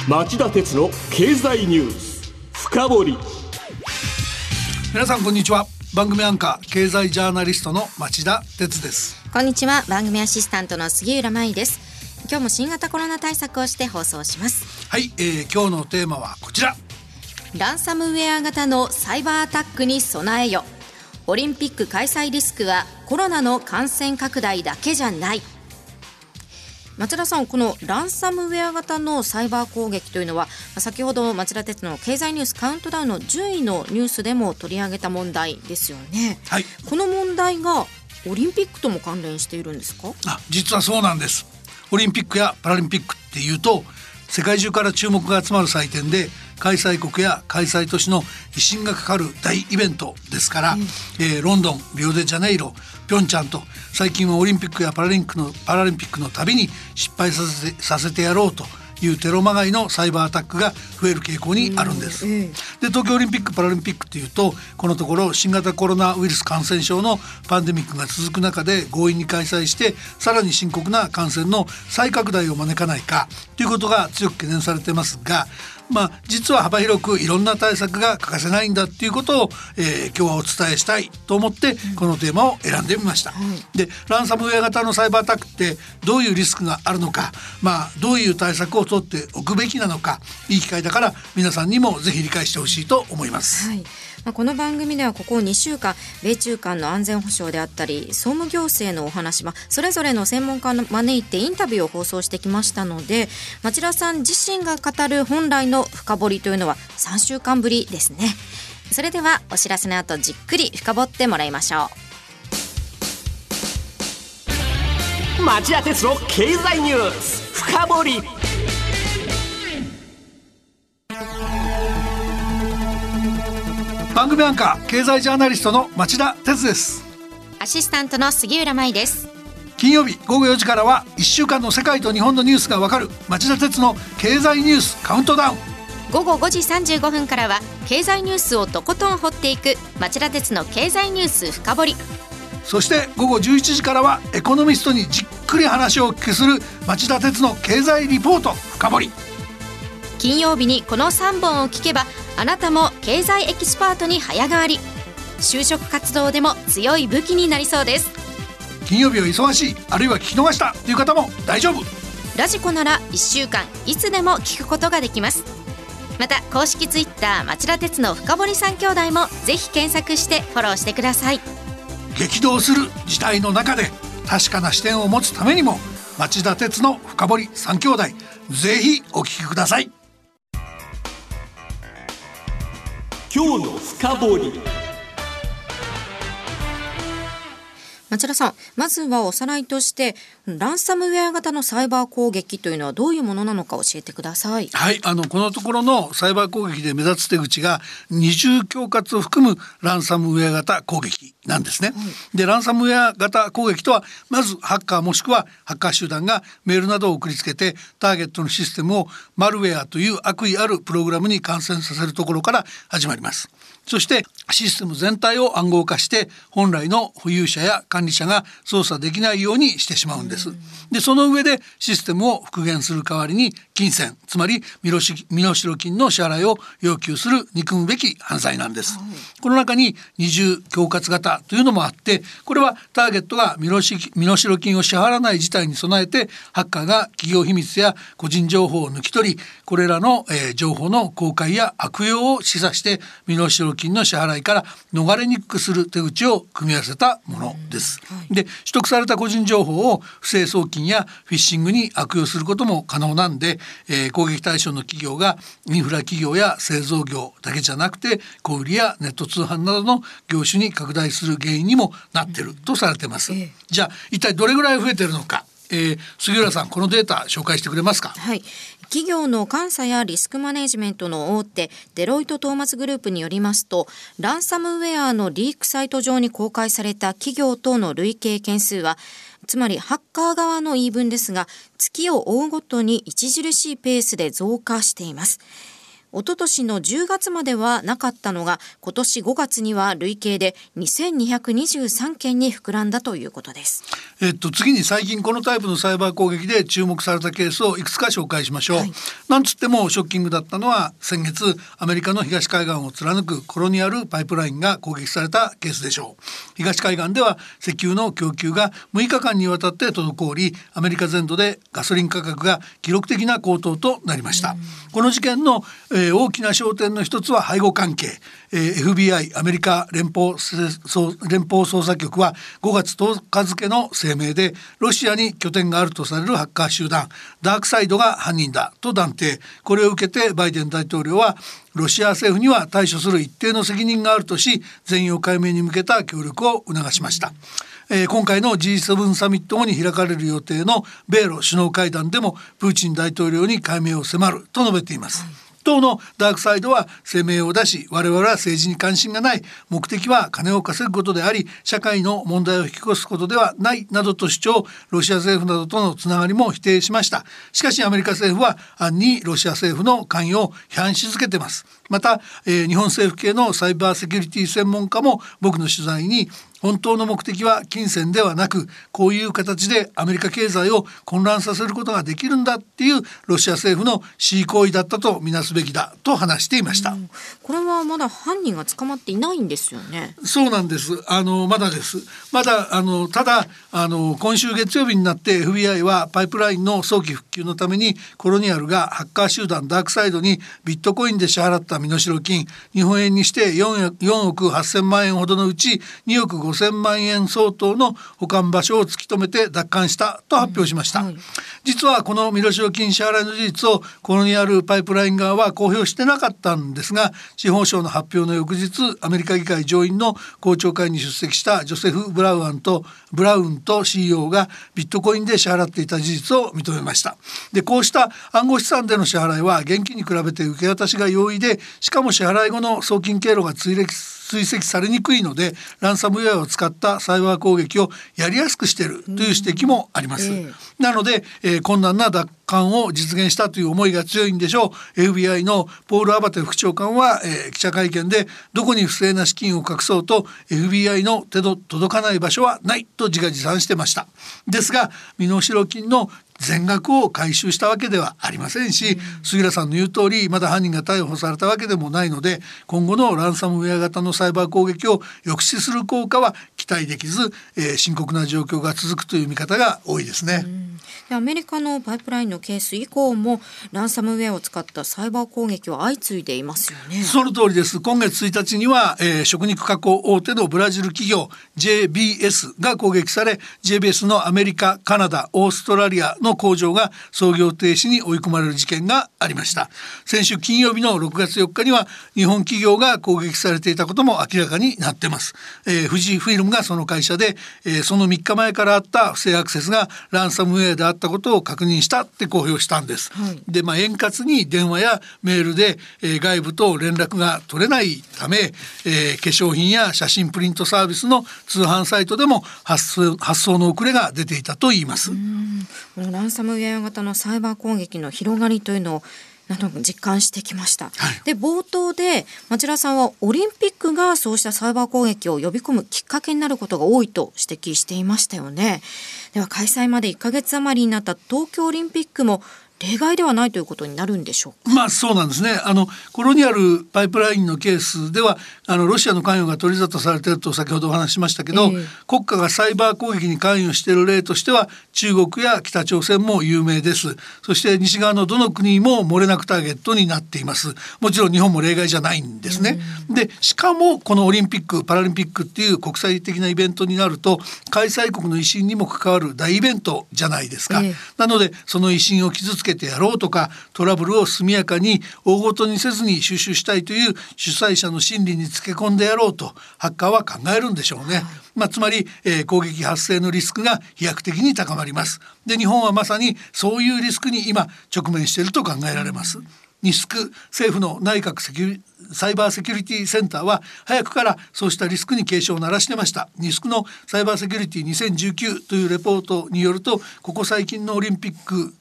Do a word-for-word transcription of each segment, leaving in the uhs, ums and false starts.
町田鉄の経済ニュース深掘り。 皆さんこんにちは。番組アンカー経済ジャーナリストの町田鉄です。 こんにちは。番組アシスタントの杉浦舞です。今日も新型コロナ対策をして放送します。 はい、えー、今日のテーマはこちら。 ランサムウェア型のサイバーアタックに備えよ。オリンピック開催リスクはコロナの感染拡大だけじゃない。町田さん、このランサムウェア型のサイバー攻撃というのは先ほど町田鉄の経済ニュースカウントダウンのじゅういのニュースでも取り上げた問題ですよね。 はい、 この問題がオリンピックとも関連しているんですか？ あ、実はそうなんです。オリンピックやパラリンピックっていうと世界中から注目が集まる祭典で、開催国や開催都市の威信がかかる大イベントですから、うんえー、ロンドン、リオデジャネイロ、ピョンチャンと最近はオリンピックやパラリンピックのパラリンピックのたびに失敗させて、させてやろうというテロまがいのサイバーアタックが増える傾向にあるんです、うん、で東京オリンピックパラリンピックというと、このところ新型コロナウイルス感染症のパンデミックが続く中で強引に開催して、さらに深刻な感染の再拡大を招かないかということが強く懸念されていますが、まあ、実は幅広くいろんな対策が欠かせないんだっていうことを、えー、今日はお伝えしたいと思ってこのテーマを選んでみました、うん、でランサムウェア型のサイバーアタックってどういうリスクがあるのか、まあ、どういう対策を取っておくべきなのか、いい機会だから皆さんにもぜひ理解してほしいと思います、 はいまあ、この番組ではここにしゅうかん米中間の安全保障であったり総務行政のお話、まあ、それぞれの専門家を招いてインタビューを放送してきましたので、町田さん自身が語る本来の深掘りというのはさんしゅうかんぶりですね。それではお知らせの後じっくり深掘ってもらいましょう。町田鉄の経済ニュース深掘り。 番組アンカー経済ジャーナリストの町田鉄です。 アシスタントの杉浦舞です。 金曜日ごごよじからはいっしゅうかんの世界と日本のニュースがわかる町田鉄の経済ニュースカウントダウン。 ごごごじさんじゅうごふんからは経済ニュースをとことん掘っていく町田鉄の経済ニュース深掘り。 そしてごごじゅういちじからはエコノミストにじっくり話をお聞きする町田鉄の経済リポート深掘り。 金曜日にこのさんぼんを聞けばあなたも経済エキスパートに早変わり。就職活動でも強い武器になりそうです。 金曜日は忙しい、あるいは聞き逃したという方も大丈夫。 ラジコならいっしゅうかんいつでも聞くことができます。また公式ツイッター町田鉄の深堀三兄弟もぜひ検索してフォローしてください。 激動する時代の中で確かな視点を持つためにも町田鉄の深堀三兄弟、ぜひお聞きください。 今日の深掘り。 町田さん、まずはおさらいとしてランサムウェア型のサイバー攻撃というのはどういうものなのか教えてください。 はい、あのこのところのサイバー攻撃で目立つ手口が二重恐喝を含むランサムウェア型攻撃なんですね、はい、でランサムウェア型攻撃とは、まずハッカーもしくはハッカー集団がメールなどを送りつけてターゲットのシステムをマルウェアという悪意あるプログラムに感染させるところから始まります。そしてシステム全体を暗号化して本来の保有者や管理者が操作できないようにしてしまうんです。でその上でシステムを復元する代わりに金銭、つまり身代金の支払いを要求する憎むべき犯罪なんです、はい、この中に二重恐喝型というのもあって、これはターゲットが身代金を支払わない事態に備えてハッカーが企業秘密や個人情報を抜き取り、これらの、えー、情報の公開や悪用を示唆して身代金の支払いから逃れにくくする手口を組み合わせたものです、はい、で取得された個人情報を不正送金やフィッシングに悪用することも可能なんで、えー、攻撃対象の企業がインフラ企業や製造業だけじゃなくて小売やネット通販などの業種に拡大する原因にもなっているとされています、うんえー、じゃあ一体どれぐらい増えているのか、えー、杉浦さん、このデータ紹介してくれますか。 はい、企業の監査やリスクマネジメントの大手デロイトトーマツグループによりますと、ランサムウェアのリークサイト上に公開された企業等の累計件数は、つまりハッカー側の言い分ですが、月を追うごとに著しいペースで増加しています。 一昨年のじゅうがつまではなかったのが、今年ごがつには累計でにせんにひゃくにじゅうさんけんに膨らんだということです。 えっと、次に最近このタイプのサイバー攻撃で注目されたケースをいくつか紹介しましょう。はい、なんつってもショッキングだったのは、先月アメリカの東海岸を貫くコロニアルパイプラインが攻撃されたケースでしょう。東海岸では石油の供給がむいかかんにわたって滞り、アメリカ全土でガソリン価格が記録的な高騰となりました。この事件の、えー、大きな焦点の一つは背後関係。えー、エフビーアイ アメリカ連邦連邦捜査局はごがつとおか付の声明で、ロシアに拠点があるとされるハッカー集団ダークサイドが犯人だと断定。これを受けてバイデン大統領は、ロシア政府には対処する一定の責任があるとし、全容解明に向けた協力を促しました。えー、今回の ジーセブン サミット後に開かれる予定の米ロ首脳会談でもプーチン大統領に解明を迫ると述べています。当のダークサイドは声明を出し、我々は政治に関心がない、目的は金を稼ぐことであり、社会の問題を引き起こすことではないなどと主張。ロシア政府などとのつながりも否定しました。しかしアメリカ政府は暗にロシア政府の関与を批判し続けています。また、えー、日本政府系のサイバーセキュリティ専門家も僕の取材に、本当の目的は金銭ではなく、こういう形でアメリカ経済を混乱させることができるんだっていうロシア政府の恣意行為だったとみなすべきだと話していました。うん、 これはまだ犯人が捕まっていないんですよね。 そうなんです。あのまだですまだあのただあの今週月曜日になって エフビーアイ はパイプラインの早期復旧のために、コロニアルがハッカー集団ダークサイドにビットコインで支払った身代金、日本円にしてよんおくはっせんまんえんほどのうちにおくごせんまんえん相当の保管場所を突き止めて奪還したと発表しました。うんはい、実はこの身代金支払いの事実をコロニアルパイプライン側は公表してなかったんですが、司法省の発表の翌日、アメリカ議会上院の公聴会に出席したジョセフ・ブラウアンとブラウンと シーイーオー がビットコインで支払っていた事実を認めました。で、こうした暗号資産での支払いは現金に比べて受け渡しが容易で、しかも支払い後の送金経路が追跡追跡されにくいので、ランサムウェアを使ったサイバー攻撃をやりやすくしているという指摘もあります。うんえー、なので、えー、困難な奪還を実現したという思いが強いんでしょう。 エフビーアイ のポール・アバテ副長官は、えー、記者会見で、どこに不正な資金を隠そうと エフビーアイ の手の届かない場所はないと自画自賛してました。ですが、身代金の全額を回収したわけではありませんし、うん、杉浦さんの言う通り、まだ犯人が逮捕されたわけでもないので、今後のランサムウェア型のサイバー攻撃を抑止する効果は期待できず、えー、深刻な状況が続くという見方が多いですね。うん、 でアメリカのパイプラインのケース以降もランサムウェアを使ったサイバー攻撃は相次いでいますよね。 その通りです。今月ついたちには、えー、食肉加工大手のブラジル企業 ジェイビーエス が攻撃され、 ジェイビーエス のアメリカ、カナダ、オーストラリアの工場が操業停止に追い込まれる事件がありました。先週金曜日のろくがつよっかには日本企業が攻撃されていたことも明らかになっています。えー、富士フィルムがその会社で、えー、そのみっかまえからあった不正アクセスがランサムウェアであったことを確認したって公表したんです。はい、で、まあ、円滑に電話やメールで、えー、外部と連絡が取れないため、えー、化粧品や写真プリントサービスの通販サイトでも発送、発送の遅れが出ていたといいます。 うん、このランサムウェア型のサイバー攻撃の広がりというのをなんとなく実感してきました。はい、で、冒頭で町田さんはオリンピックがそうしたサイバー攻撃を呼び込むきっかけになることが多いと指摘していましたよね。では開催までいっかげつ余りになった東京オリンピックも例外ではないということになるんでしょうか。 まあそうなんですね。あのコロニアルパイプラインのケースではあのロシアの関与が取り沙汰されていると先ほどお話ししましたけど、えー、国家がサイバー攻撃に関与している例としては中国や北朝鮮も有名です。そして西側のどの国も漏れなくターゲットになっています。もちろん日本も例外じゃないんですね。でしかもこのオリンピックパラリンピックっていう国際的なイベントになると開催国の威信にも関わる大イベントじゃないですか。えー、なのでその威信を傷つけけてやろうとかトラブルを速やかに大ごとにせずに収集したいという主催者の心理につけ込んでやろうとハッカーは考えるんでしょうね。はい、まあ、つまり、えー、攻撃発生のリスクが飛躍的に高まります。で日本はまさにそういうリスクに今直面していると考えられます。ニスク政府の内閣セキュリサイバーセキュリティセンターは早くからそうしたリスクに警鐘を鳴らしてました。ニスクのサイバーセキュリティにせんじゅうきゅうというレポートによるとここ最近のオリンピック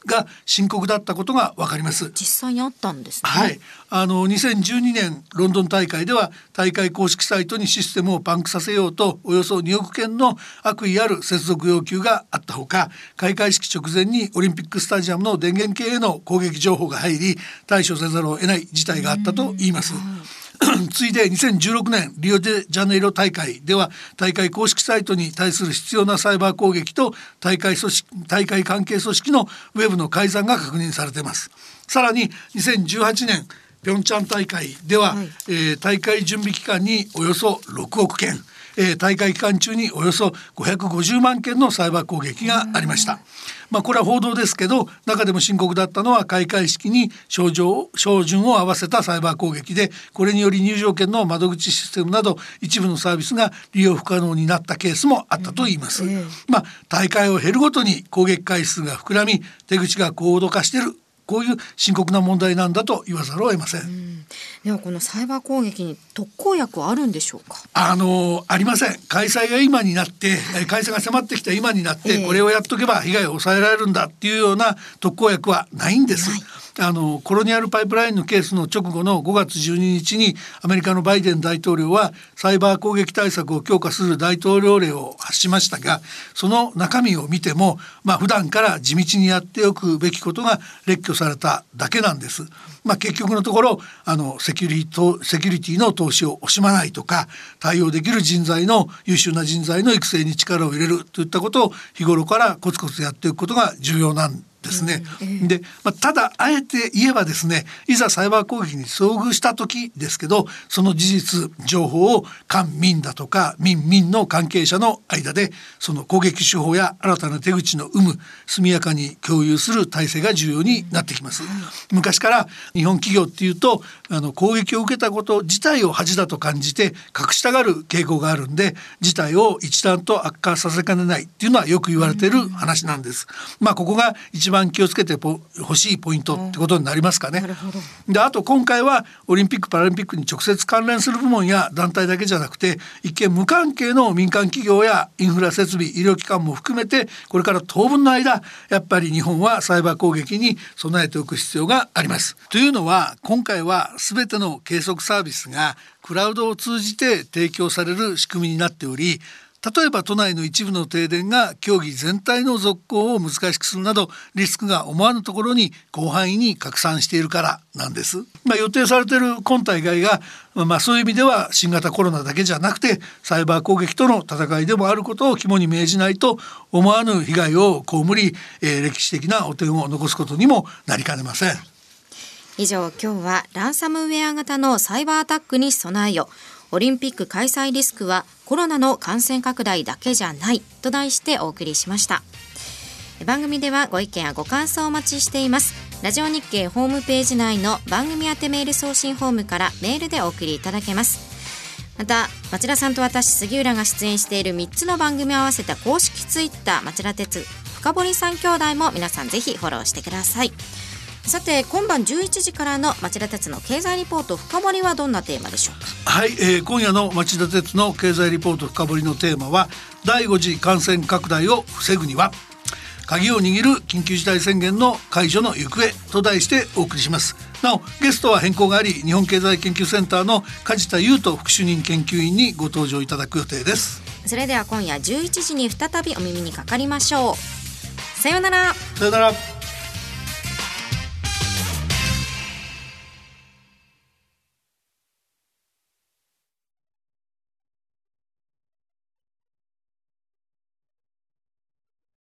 が深刻だったことが分かります。 実際にあったんですね。 はい、あのにせんじゅうにねんロンドン大会では大会公式サイトにシステムをパンクさせようとおよそにおくけんの悪意ある接続要求があったほか、開会式直前にオリンピックスタジアムの電源系への攻撃情報が入り対処せざるを得ない事態があったと言います。ついでにせんじゅうろくねんリオデジャネイロ大会では大会公式サイトに対する必要なサイバー攻撃と大会組織大会関係組織のウェブの改ざんが確認されています。さらににせんじゅうはちねんピョンチャン大会では、はい、えー、大会準備期間におよそろくおくけん、えー、大会期間中におよそごひゃくごじゅうまんけんのサイバー攻撃がありました。まあ、これは報道ですけど中でも深刻だったのは開会式に照準照準を合わせたサイバー攻撃で、これにより入場券の窓口システムなど一部のサービスが利用不可能になったケースもあったといいます。うんうん、まあ、大会を経るごとに攻撃回数が膨らみ手口が高度化している、こういう深刻な問題なんだと言わざるを得ません。うん、 ではこのサイバー攻撃に特効薬はあるんでしょうか。 あのありません。開催が今になって開催が迫ってきた今になって、えー、これをやっとけば被害を抑えられるんだっていうような特効薬はないんです。あのコロニアルパイプラインのケースの直後のごがつじゅうににちにアメリカのバイデン大統領はサイバー攻撃対策を強化する大統領令を発しましたが、その中身を見ても、まあ、普段から地道にやっておくべきことが列挙されただけなんです。まあ、結局のところあのセキュリティ、セキュリティの投資を惜しまないとか、対応できる人材の優秀な人材の育成に力を入れるといったことを日頃からコツコツやっていくことが重要なんですですね。うんうん、で、まあ、ただあえて言えばですね、いざサイバー攻撃に遭遇した時ですけど、その事実情報を官民だとか民民の関係者の間でその攻撃手法や新たな手口の有無速やかに共有する体制が重要になってきます。うん、昔から日本企業っていうとあの攻撃を受けたこと自体を恥だと感じて隠したがる傾向があるんで、事態を一段と悪化させかねないっていうのはよく言われている話なんです。うん、まあここが一番気をつけてほしいポイントってことになりますかね。なるほど。で、あと今回はオリンピック・パラリンピックに直接関連する部門や団体だけじゃなくて一見無関係の民間企業やインフラ設備、医療機関も含めてこれから当分の間やっぱり日本はサイバー攻撃に備えておく必要があります。というのは今回は全ての計測サービスがクラウドを通じて提供される仕組みになっており、例えば都内の一部の停電が競技全体の続行を難しくするなどリスクが思わぬところに広範囲に拡散しているからなんです。まあ、予定されている今大会が、まあ、そういう意味では新型コロナだけじゃなくてサイバー攻撃との戦いでもあることを肝に銘じないと思わぬ被害を被り、えー、歴史的な汚点を残すことにもなりかねません。 以上、今日はランサムウェア型のサイバーアタックに備えよ、オリンピック開催リスクはコロナの感染拡大だけじゃないと題してお送りしました。番組ではご意見やご感想をお待ちしています。ラジオ日経ホームページ内の番組宛てメール送信フォームからメールでお送りいただけます。また町田さんと私杉浦が出演しているみっつの番組を合わせた公式ツイッター町田鉄深堀さん兄弟も皆さんぜひフォローしてください。さて今晩じゅういちじからの町田鉄の経済リポート深掘りはどんなテーマでしょうか。 はい、えー、今夜の町田鉄の経済リポート深掘りのテーマはだいご次感染拡大を防ぐには鍵を握る緊急事態宣言の解除の行方と題してお送りします。なおゲストは変更があり日本経済研究センターの梶田優斗副主任研究員にご登場いただく予定です。 それでは今夜じゅういちじに再びお耳にかかりましょう。さようなら。 さようなら。